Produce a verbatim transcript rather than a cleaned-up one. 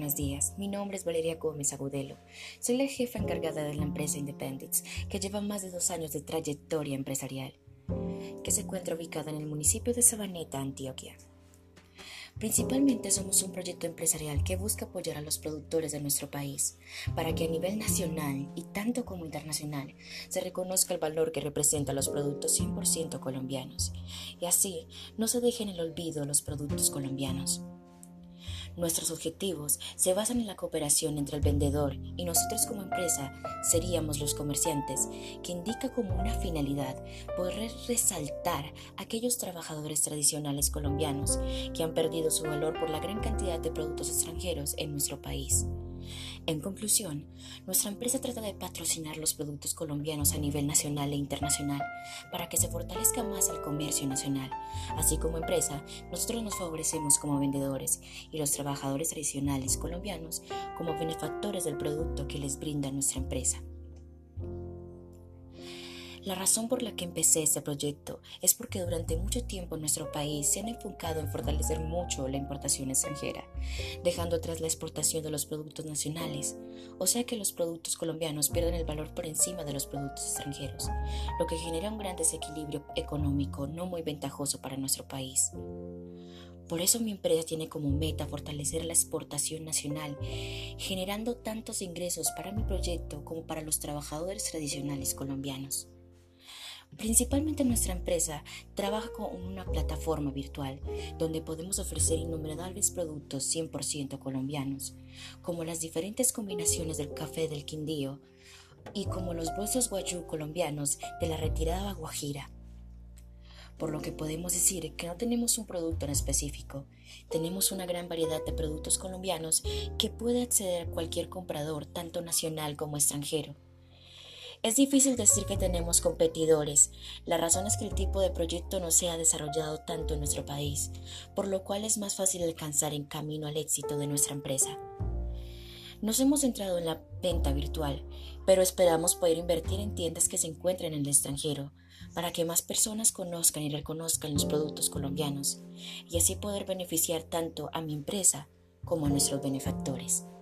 buenos días. Mi nombre es Valeria Gómez Agudelo. Soy la jefa encargada de la empresa Independence, que lleva más de dos años de trayectoria empresarial, que se encuentra ubicada en el municipio de Sabaneta, Antioquia. Principalmente somos un proyecto empresarial que busca apoyar a los productores de nuestro país para que a nivel nacional y tanto como internacional se reconozca el valor que representan los productos cien por ciento colombianos y así no se dejen en el olvido los productos colombianos. Nuestros objetivos se basan en la cooperación entre el vendedor y nosotros como empresa seríamos los comerciantes, que indica como una finalidad poder resaltar a aquellos trabajadores tradicionales colombianos que han perdido su valor por la gran cantidad de productos extranjeros en nuestro país. En conclusión, nuestra empresa trata de patrocinar los productos colombianos a nivel nacional e internacional para que se fortalezca más el comercio nacional. Así como empresa, nosotros nos favorecemos como vendedores y los trabajadores tradicionales colombianos como benefactores del producto que les brinda nuestra empresa. La razón por la que empecé este proyecto es porque durante mucho tiempo en nuestro país se han enfocado en fortalecer mucho la importación extranjera, dejando atrás la exportación de los productos nacionales, o sea que los productos colombianos pierden el valor por encima de los productos extranjeros, lo que genera un gran desequilibrio económico no muy ventajoso para nuestro país. Por eso mi empresa tiene como meta fortalecer la exportación nacional, generando tantos ingresos para mi proyecto como para los trabajadores tradicionales colombianos. Principalmente nuestra empresa trabaja con una plataforma virtual donde podemos ofrecer innumerables productos cien por ciento colombianos, como las diferentes combinaciones del café del Quindío y como los bolsos guayú colombianos de la retirada Guajira. Por lo que podemos decir que no tenemos un producto en específico, tenemos una gran variedad de productos colombianos que puede acceder a cualquier comprador, tanto nacional como extranjero. Es difícil decir que tenemos competidores, la razón es que el tipo de proyecto no se ha desarrollado tanto en nuestro país, por lo cual es más fácil alcanzar en camino al éxito de nuestra empresa. Nos hemos centrado en la venta virtual, pero esperamos poder invertir en tiendas que se encuentren en el extranjero, para que más personas conozcan y reconozcan los productos colombianos, y así poder beneficiar tanto a mi empresa como a nuestros benefactores.